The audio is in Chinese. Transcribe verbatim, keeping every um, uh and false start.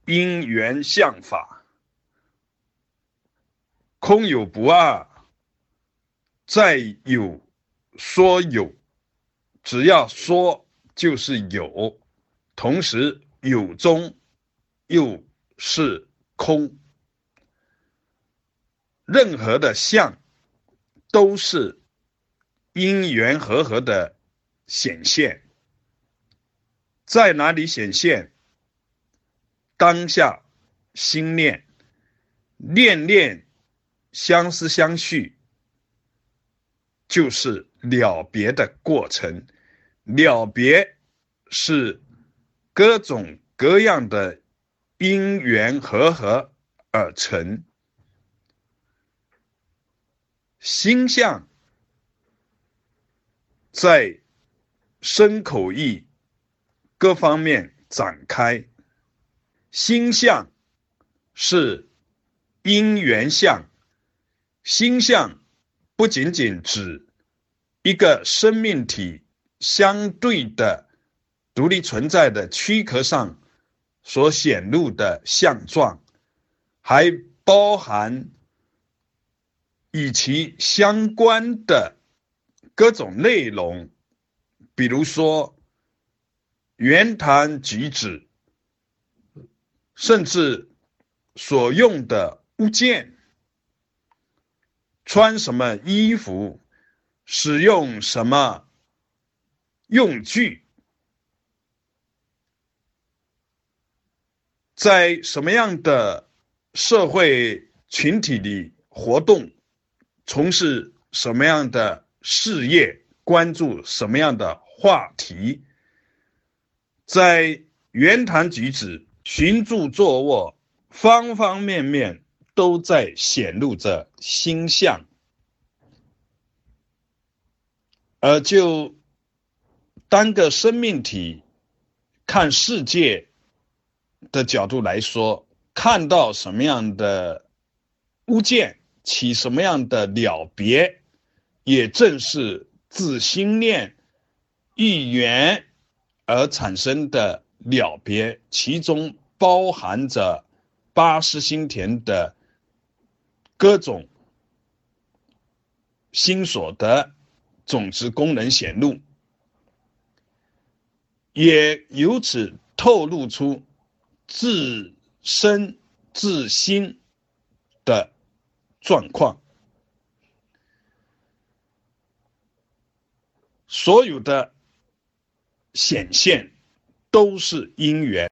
因缘相法，空有不二，再有说有，只要说就是有，同时有中又是空。任何的相都是因缘和合的显现，在哪里显现？当下心念，念念相思相续，就是了别的过程。了别是各种各样的因缘和合而成。心相在身口意各方面展开，心相是因缘相，心相不仅仅指一个生命体相对的独立存在的躯壳上所显露的相状，还包含与其相关的各种内容，比如说言谈举止，甚至所用的物件，穿什么衣服，使用什么用具，在什么样的社会群体里活动，从事什么样的事业，关注什么样的话题，在言谈举止、行住坐卧方方面面都在显露着心相。而就单个生命体看世界的角度来说，看到什么样的物件，起什么样的了别，也正是自心念意缘而产生的了别，其中包含着八识心田的各种心所的种子功能显露，也由此透露出自身自心的状况。所有的显现都是因缘。